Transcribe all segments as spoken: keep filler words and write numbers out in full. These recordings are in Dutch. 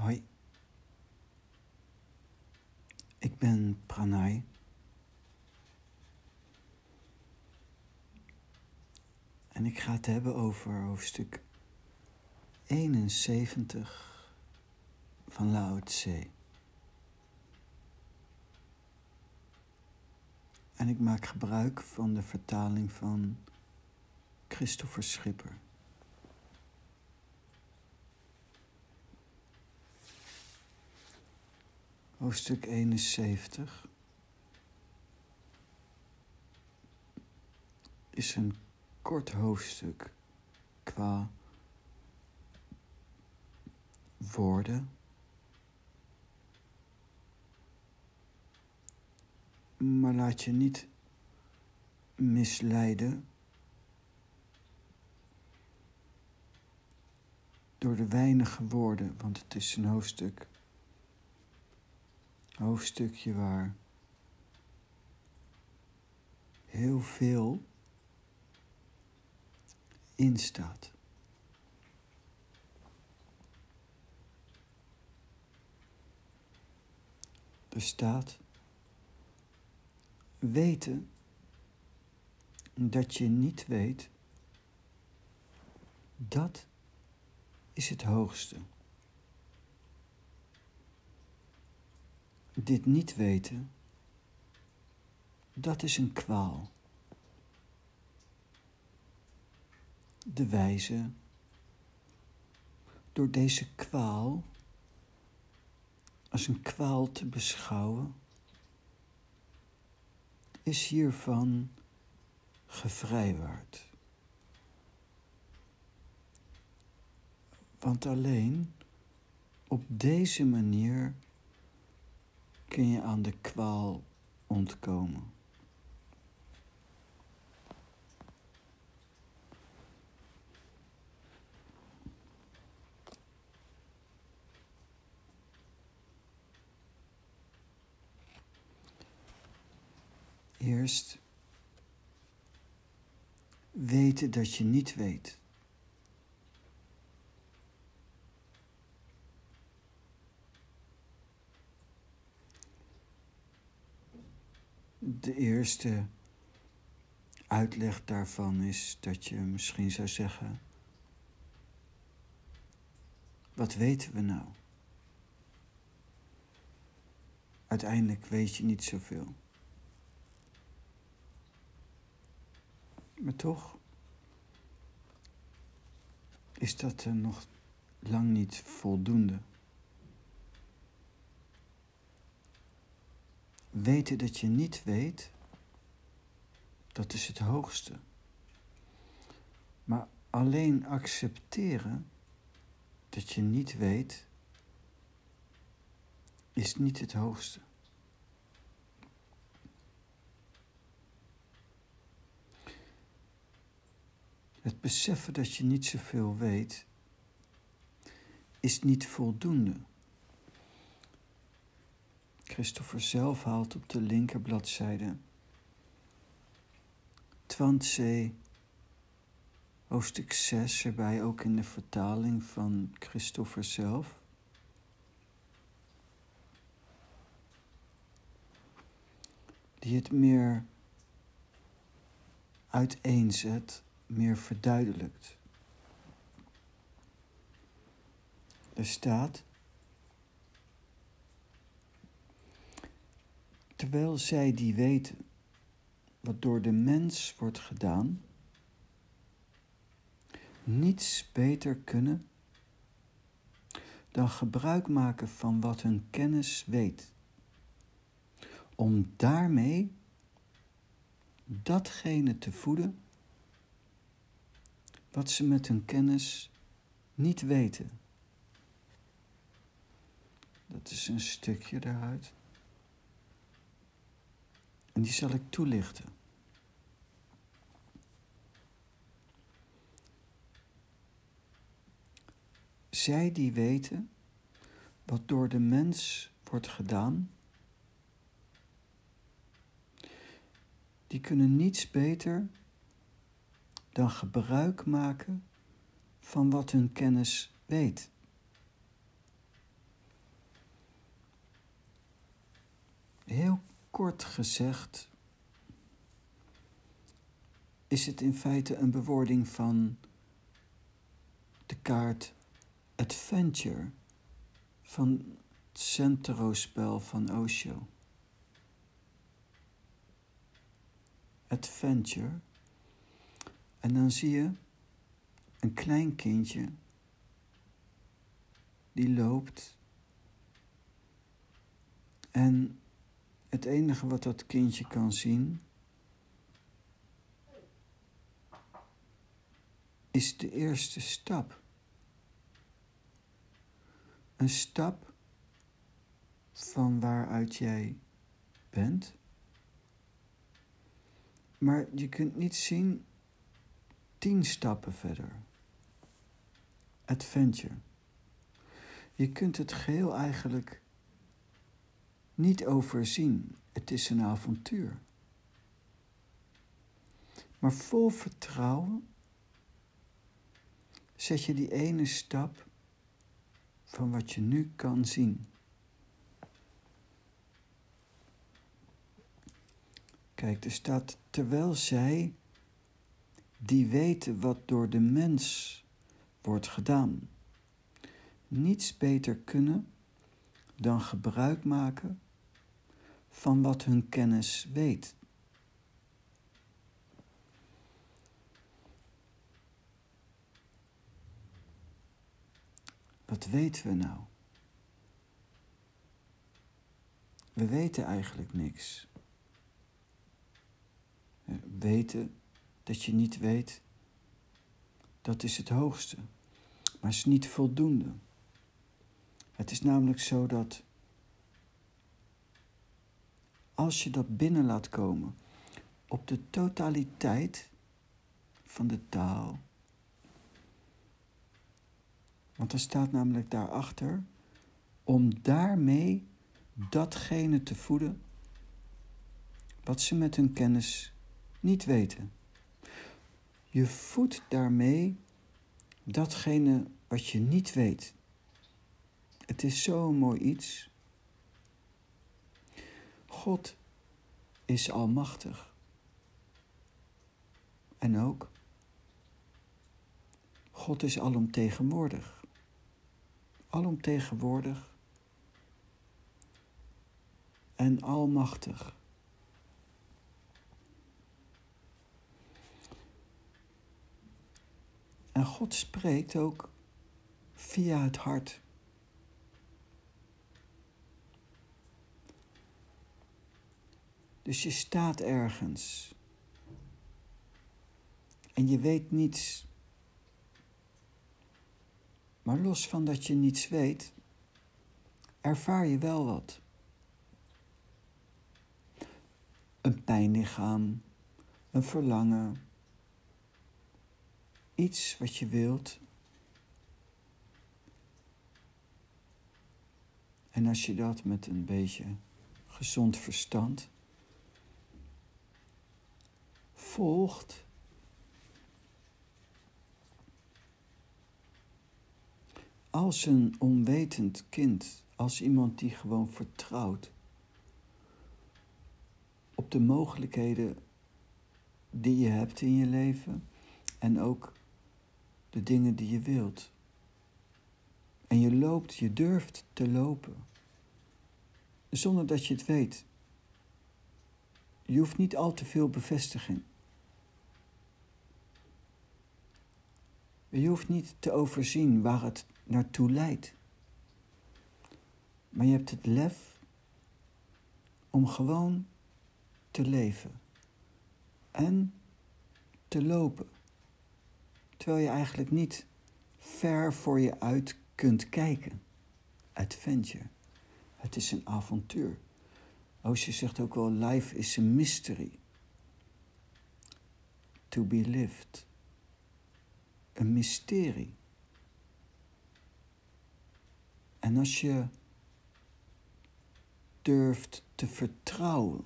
Hoi, ik ben Pranay. En ik ga het hebben over hoofdstuk eenenzeventig van Lao Tse. En ik maak gebruik van de vertaling van Christopher Schipper. Hoofdstuk eenenzeventig is een kort hoofdstuk qua woorden, maar laat je niet misleiden door de weinige woorden, want het is een hoofdstuk, een hoofdstukje waar heel veel in staat. Er staat: weten dat je niet weet, dat is het hoogste. Dit niet weten, dat is een kwaal. De wijze door deze kwaal als een kwaal te beschouwen, is hiervan gevrijwaard. Want alleen op deze manier kun je aan de kwaal ontkomen. Eerst weten dat je niet weet. De eerste uitleg daarvan is dat je misschien zou zeggen: wat weten we nou? Uiteindelijk weet je niet zoveel. Maar toch is dat er nog lang niet voldoende. Weten dat je niet weet, dat is het hoogste. Maar alleen accepteren dat je niet weet, is niet het hoogste. Het beseffen dat je niet zoveel weet, is niet voldoende. Christopher zelf haalt op de linkerbladzijde Twantse, hoofdstuk zes, erbij, ook in de vertaling van Christopher zelf. Die het meer uiteenzet, meer verduidelijkt. Er staat: terwijl zij die weten wat door de mens wordt gedaan, niets beter kunnen dan gebruik maken van wat hun kennis weet, om daarmee datgene te voeden wat ze met hun kennis niet weten. Dat is een stukje daaruit. En die zal ik toelichten. Zij die weten wat door de mens wordt gedaan, die kunnen niets beter dan gebruik maken van wat hun kennis weet. Heel kort gezegd is het in feite een bewoording van de kaart Adventure van het Centro-spel van Osho. Adventure. En dan zie je een klein kindje die loopt. En het enige wat dat kindje kan zien is de eerste stap. Een stap van waaruit jij bent. Maar je kunt niet zien tien stappen verder. Adventure. Je kunt het geheel eigenlijk niet overzien. Het is een avontuur. Maar vol vertrouwen zet je die ene stap van wat je nu kan zien. Kijk, er staat, terwijl zij, die weten wat door de mens wordt gedaan, niets beter kunnen dan gebruik maken van wat hun kennis weet. Wat weten we nou? We weten eigenlijk niks. Weten dat je niet weet, dat is het hoogste. Maar is niet voldoende. Het is namelijk zo dat als je dat binnen laat komen op de totaliteit van de taal. Want er staat namelijk daarachter om daarmee datgene te voeden wat ze met hun kennis niet weten. Je voedt daarmee datgene wat je niet weet. Het is zo'n mooi iets. God is almachtig. En ook, God is alomtegenwoordig. Alomtegenwoordig en almachtig. En God spreekt ook via het hart. Dus je staat ergens en je weet niets. Maar los van dat je niets weet, ervaar je wel wat. Een pijnlichaam, een verlangen, iets wat je wilt. En als je dat met een beetje gezond verstand volgt, als een onwetend kind, als iemand die gewoon vertrouwt op de mogelijkheden die je hebt in je leven en ook de dingen die je wilt. En je loopt, je durft te lopen, zonder dat je het weet. Je hoeft niet al te veel bevestiging. Je hoeft niet te overzien waar het naartoe leidt. Maar je hebt het lef om gewoon te leven en te lopen. Terwijl je eigenlijk niet ver voor je uit kunt kijken. Adventure. Het is een avontuur. Osho zegt ook wel, life is a mystery. To be lived. Een mysterie. En als je durft te vertrouwen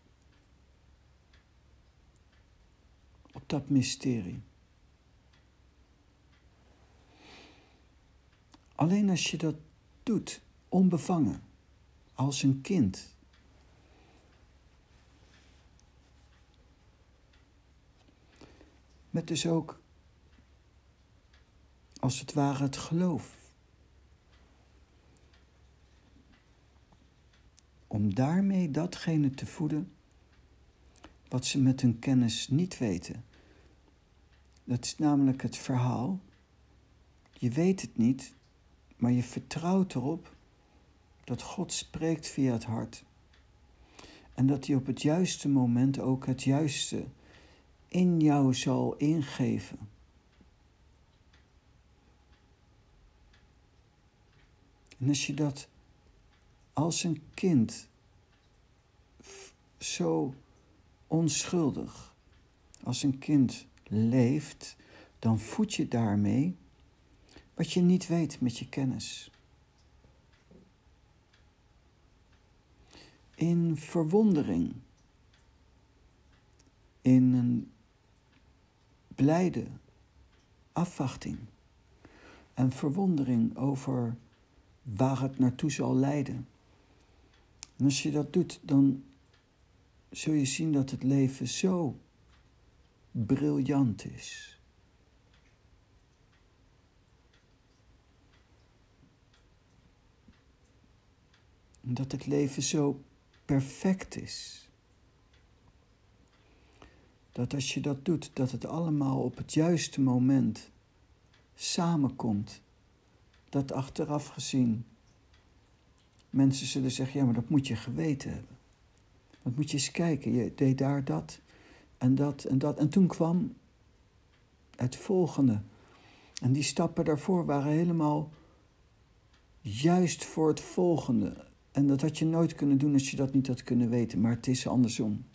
op dat mysterie. Alleen als je dat doet, onbevangen, als een kind, Met dus ook, als het ware, het geloof. Om daarmee datgene te voeden wat ze met hun kennis niet weten. Dat is namelijk het verhaal. Je weet het niet, maar je vertrouwt erop dat God spreekt via het hart. En dat hij op het juiste moment ook het juiste in jou zal ingeven. En als je dat als een kind zo onschuldig als een kind leeft, dan voed je daarmee wat je niet weet met je kennis. In verwondering, in een blijde afwachting en verwondering over waar het naartoe zal leiden. En als je dat doet, dan zul je zien dat het leven zo briljant is. En dat het leven zo perfect is. Dat als je dat doet, dat het allemaal op het juiste moment samenkomt. Dat achteraf gezien mensen zullen zeggen, ja, maar dat moet je geweten hebben. Want moet je eens kijken, je deed daar dat en dat en dat. En toen kwam het volgende. En die stappen daarvoor waren helemaal juist voor het volgende. En dat had je nooit kunnen doen als je dat niet had kunnen weten. Maar het is andersom.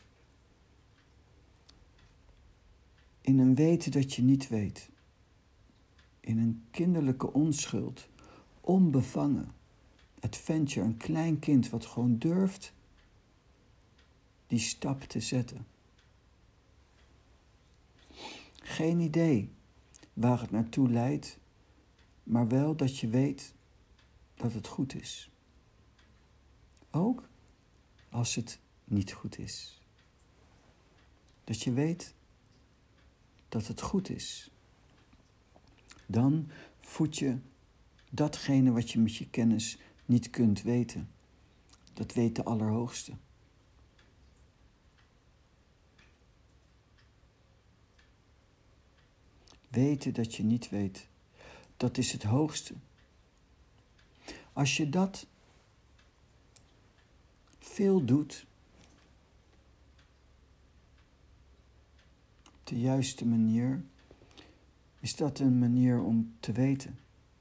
In een weten dat je niet weet. In een kinderlijke onschuld. Onbevangen. Adventure, een klein kind wat gewoon durft die stap te zetten. Geen idee waar het naartoe leidt, maar wel dat je weet dat het goed is. Ook als het niet goed is. Dat je weet dat het goed is. Dan voed je datgene wat je met je kennis niet kunt weten. Dat weet de Allerhoogste. Weten dat je niet weet, dat is het hoogste. Als je dat veel doet, op de juiste manier, is dat een manier om te weten.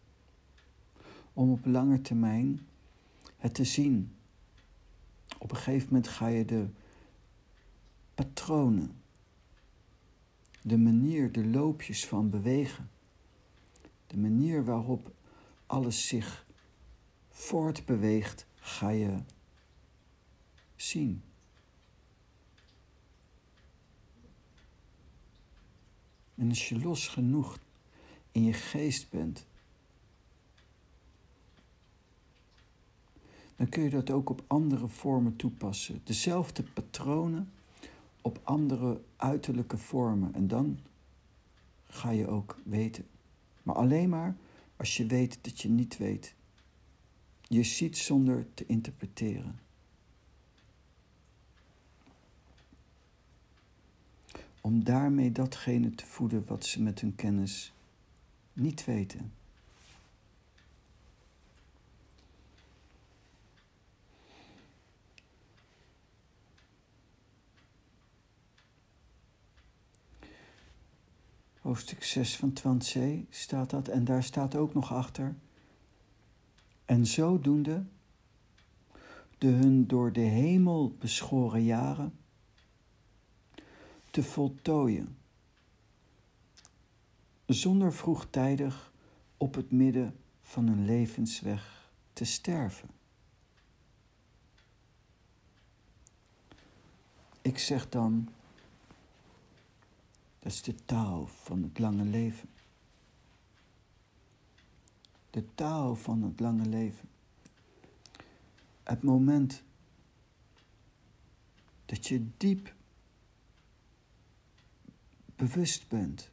Om op lange termijn het te zien. Op een gegeven moment ga je de patronen, de manier, de loopjes van bewegen, de manier waarop alles zich voortbeweegt, ga je zien. En als je los genoeg in je geest bent, dan kun je dat ook op andere vormen toepassen. Dezelfde patronen op andere uiterlijke vormen. En dan ga je ook weten. Maar alleen maar als je weet dat je niet weet. Je ziet zonder te interpreteren. Om daarmee datgene te voeden wat ze met hun kennis niet weten. Hoofdstuk zes van Twansee staat dat. En daar staat ook nog achter. En zodoende de hun door de hemel beschoren jaren te voltooien. Zonder vroegtijdig op het midden van hun levensweg te sterven. Ik zeg dan, dat is de taal van het lange leven. De taal van het lange leven. Het moment dat je diep bewust bent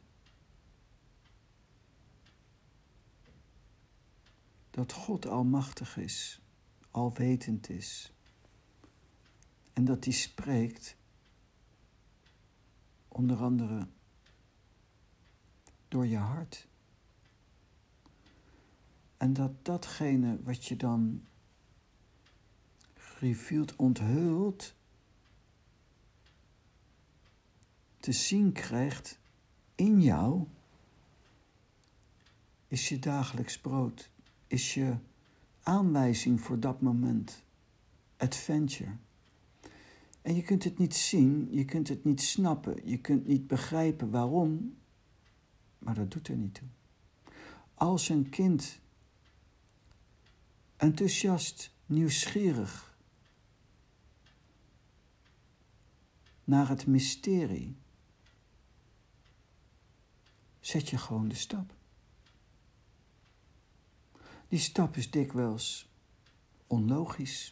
dat God almachtig is, alwetend is en dat hij spreekt, onder andere door je hart. En dat datgene wat je dan revealed, onthult, te zien krijgt in jou, is je dagelijks brood, is je aanwijzing voor dat moment, adventure. En je kunt het niet zien, je kunt het niet snappen, je kunt niet begrijpen waarom, maar dat doet er niet toe. Als een kind enthousiast, nieuwsgierig naar het mysterie, zet je gewoon de stap. Die stap is dikwijls onlogisch,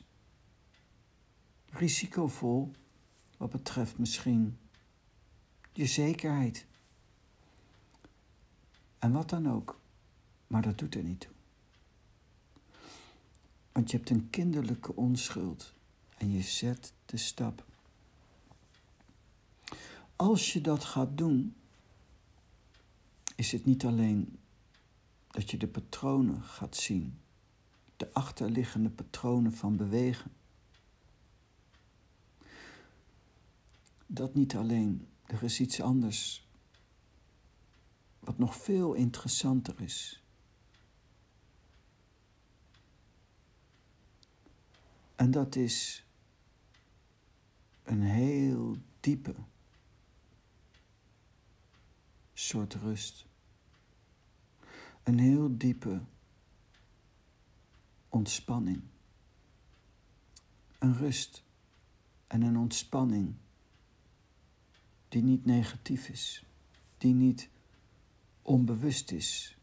risicovol wat betreft misschien je zekerheid. En wat dan ook, maar dat doet er niet toe. Want je hebt een kinderlijke onschuld en je zet de stap. Als je dat gaat doen, is het niet alleen dat je de patronen gaat zien, de achterliggende patronen van bewegen. Dat niet alleen, er is iets anders, wat nog veel interessanter is. En dat is een heel diepe soort rust. Een heel diepe ontspanning. Een rust en een ontspanning die niet negatief is, die niet onbewust is.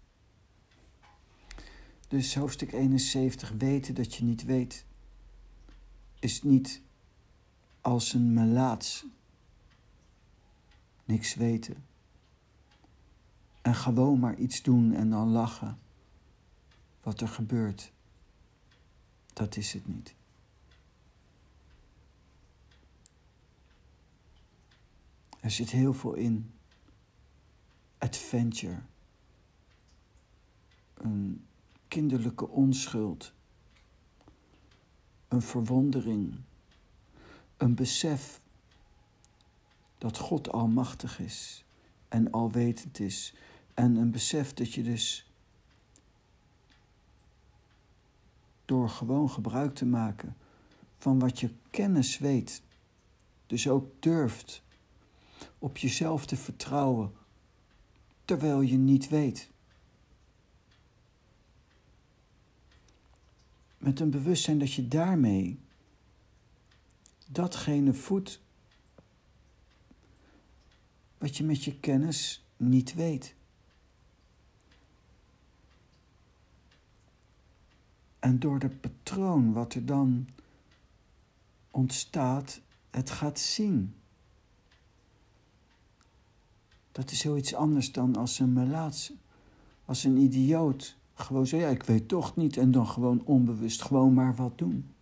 Dus hoofdstuk eenenzeventig, weten dat je niet weet, is niet als een melaats. Niks weten. En gewoon maar iets doen en dan lachen. Wat er gebeurt. Dat is het niet. Er zit heel veel in. Adventure. Een kinderlijke onschuld. Een verwondering. Een besef dat God almachtig is en alwetend is. En een besef dat je dus door gewoon gebruik te maken van wat je kennis weet, dus ook durft op jezelf te vertrouwen, terwijl je niet weet. Met een bewustzijn dat je daarmee datgene voedt wat je met je kennis niet weet. En door het patroon wat er dan ontstaat, het gaat zien. Dat is zoiets anders dan als een melaatse, als een idioot. Gewoon zo, ja, ik weet toch niet, en dan gewoon onbewust gewoon maar wat doen.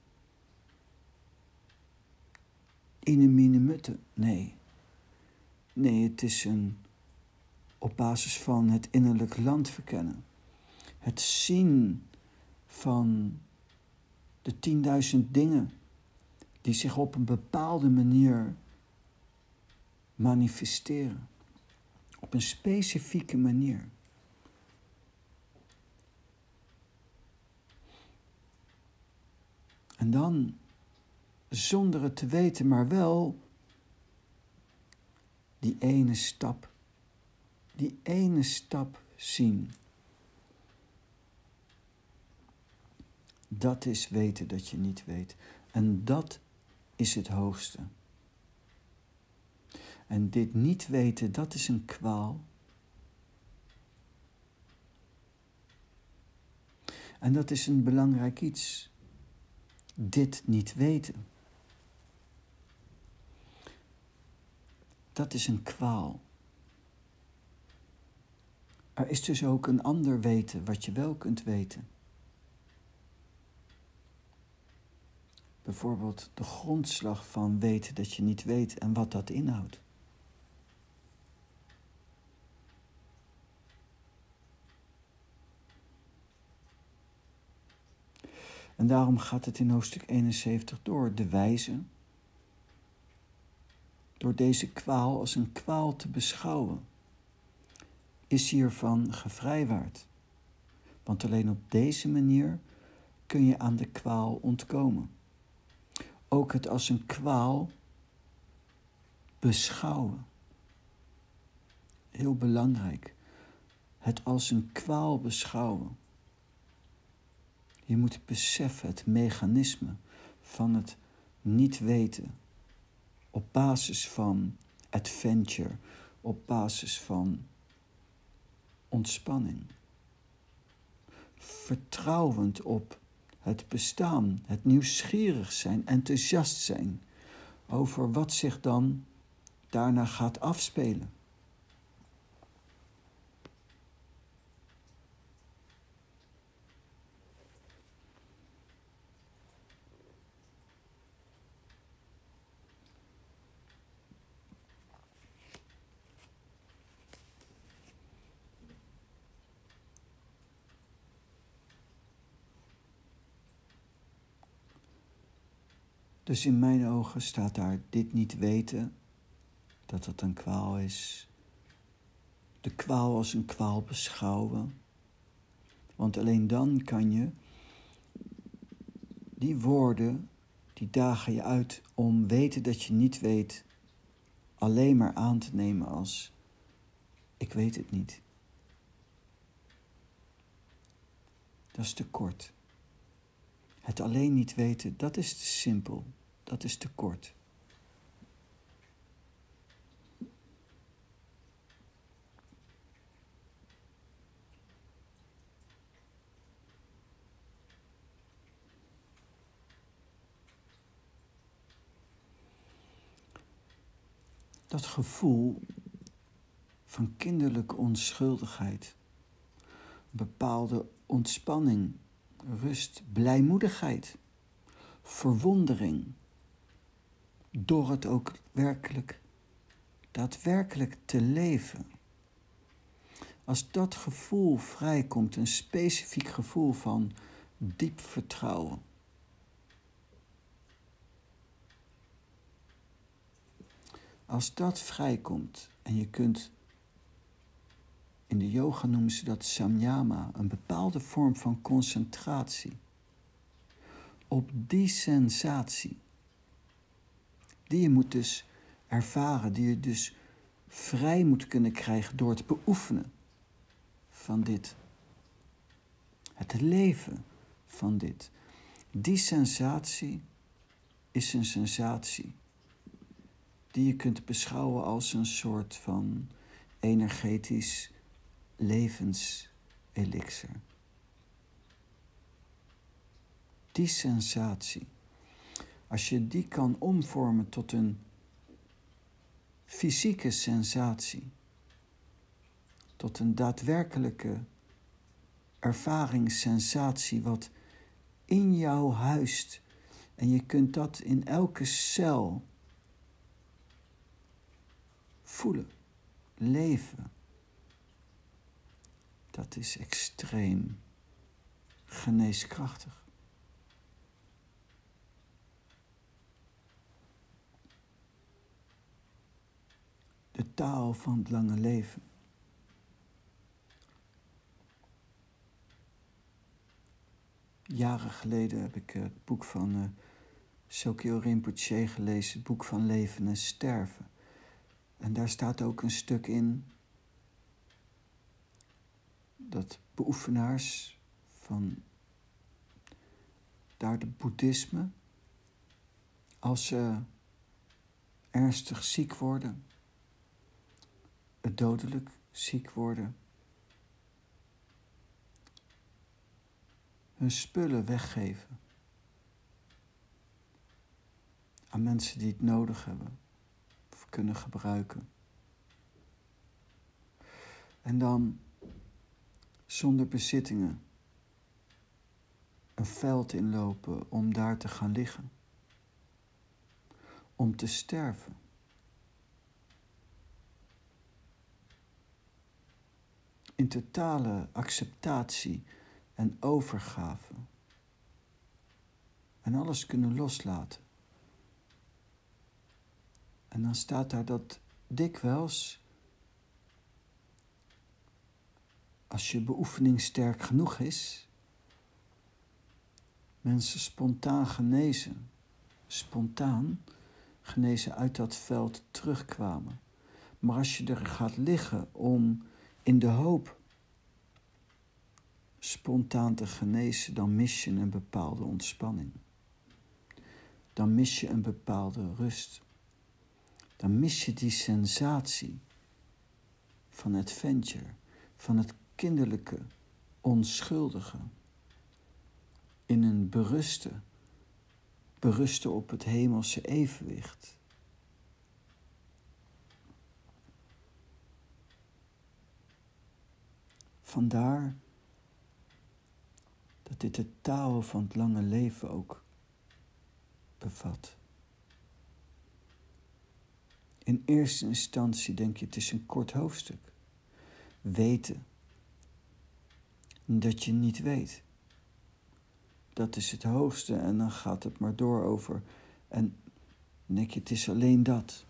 In een minemutte, nee. Nee, het is een, op basis van het innerlijk land verkennen. Het zien van de tienduizend dingen die zich op een bepaalde manier manifesteren. Op een specifieke manier. En dan, zonder het te weten, maar wel die ene stap, die ene stap zien. Dat is weten dat je niet weet. En dat is het hoogste. En dit niet weten, dat is een kwaal. En dat is een belangrijk iets. Dit niet weten. Dat is een kwaal. Er is dus ook een ander weten wat je wel kunt weten. Bijvoorbeeld de grondslag van weten dat je niet weet en wat dat inhoudt. En daarom gaat het in hoofdstuk eenenzeventig door. De wijze, door deze kwaal als een kwaal te beschouwen, is hiervan gevrijwaard. Want alleen op deze manier kun je aan de kwaal ontkomen. Ook het als een kwaal beschouwen. Heel belangrijk. Het als een kwaal beschouwen. Je moet beseffen het mechanisme van het niet weten. Op basis van adventure, op basis van ontspanning. Vertrouwend op het bestaan, het nieuwsgierig zijn, enthousiast zijn over wat zich dan daarna gaat afspelen. Dus in mijn ogen staat daar dit niet weten, dat het een kwaal is. De kwaal als een kwaal beschouwen. Want alleen dan kan je die woorden, die dagen je uit om weten dat je niet weet, alleen maar aan te nemen als ik weet het niet. Dat is te kort. Het alleen niet weten, dat is te simpel. Dat is te kort. Dat gevoel van kinderlijke onschuldigheid, bepaalde ontspanning, rust, blijmoedigheid, verwondering, door het ook werkelijk, daadwerkelijk te leven. Als dat gevoel vrijkomt, een specifiek gevoel van diep vertrouwen. Als dat vrijkomt en je kunt, in de yoga noemen ze dat samyama, een bepaalde vorm van concentratie. Op die sensatie, die je moet dus ervaren, die je dus vrij moet kunnen krijgen door het beoefenen van dit. Het leven van dit. Die sensatie is een sensatie die je kunt beschouwen als een soort van energetisch levenselixer. Die sensatie, als je die kan omvormen tot een fysieke sensatie, tot een daadwerkelijke ervaringssensatie wat in jou huist en je kunt dat in elke cel voelen, leven. Dat is extreem geneeskrachtig. De taal van het lange leven. Jaren geleden heb ik het boek van uh, Sokyo Rinpoche gelezen, het boek van leven en sterven. En daar staat ook een stuk in dat beoefenaars van daar de boeddhisme, als ze ernstig ziek worden, het dodelijk ziek worden, hun spullen weggeven aan mensen die het nodig hebben of kunnen gebruiken. En dan zonder bezittingen een veld inlopen om daar te gaan liggen, om te sterven. In totale acceptatie en overgave. En alles kunnen loslaten. En dan staat daar dat dikwijls, als je beoefening sterk genoeg is, mensen spontaan genezen. Spontaan genezen uit dat veld terugkwamen. Maar als je er gaat liggen om in de hoop spontaan te genezen, dan mis je een bepaalde ontspanning. Dan mis je een bepaalde rust. Dan mis je die sensatie van adventure, van het kinderlijke, onschuldige. In een beruste, berusten op het hemelse evenwicht. Vandaar dat dit de taal van het lange leven ook bevat. In eerste instantie denk je, het is een kort hoofdstuk. Weten dat je niet weet. Dat is het hoogste en dan gaat het maar door over. En dan denk je, het is alleen dat.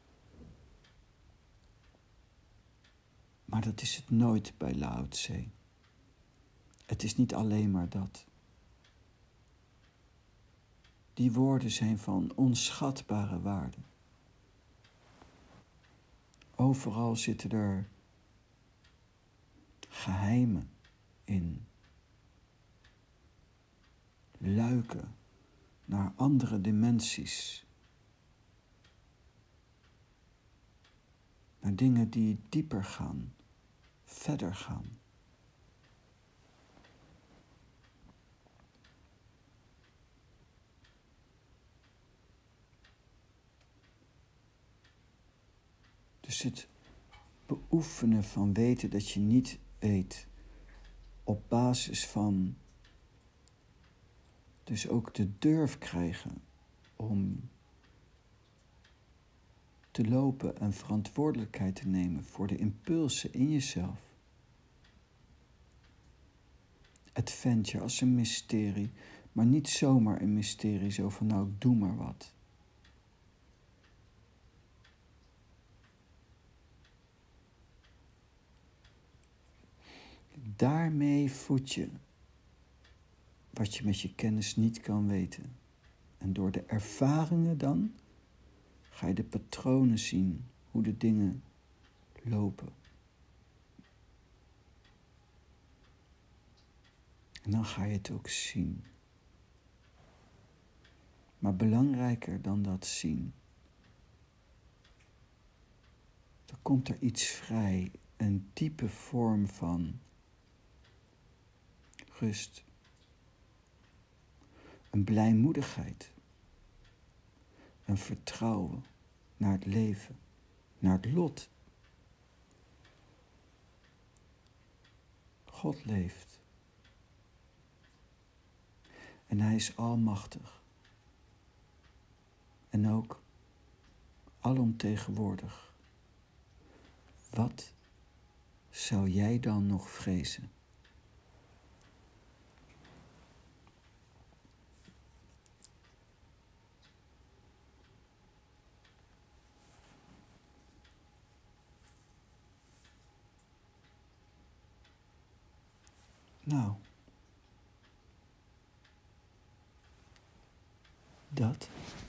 Maar dat is het nooit bij Lao Tse. Het is niet alleen maar dat. Die woorden zijn van onschatbare waarde. Overal zitten er geheimen in. Luiken naar andere dimensies. Naar dingen die dieper gaan, verder gaan. Dus het beoefenen van weten dat je niet weet, op basis van dus ook de durf krijgen om te lopen en verantwoordelijkheid te nemen voor de impulsen in jezelf. Adventure als een mysterie, maar niet zomaar een mysterie, zo van nou, ik doe maar wat. Daarmee voed je wat je met je kennis niet kan weten. En door de ervaringen dan ga je de patronen zien, hoe de dingen lopen. En dan ga je het ook zien. Maar belangrijker dan dat zien, dan komt er iets vrij, een diepe vorm van rust. Een blijmoedigheid. Een vertrouwen naar het leven, naar het lot. God leeft. En hij is almachtig. En ook alomtegenwoordig. Wat zou jij dan nog vrezen? Nou, dat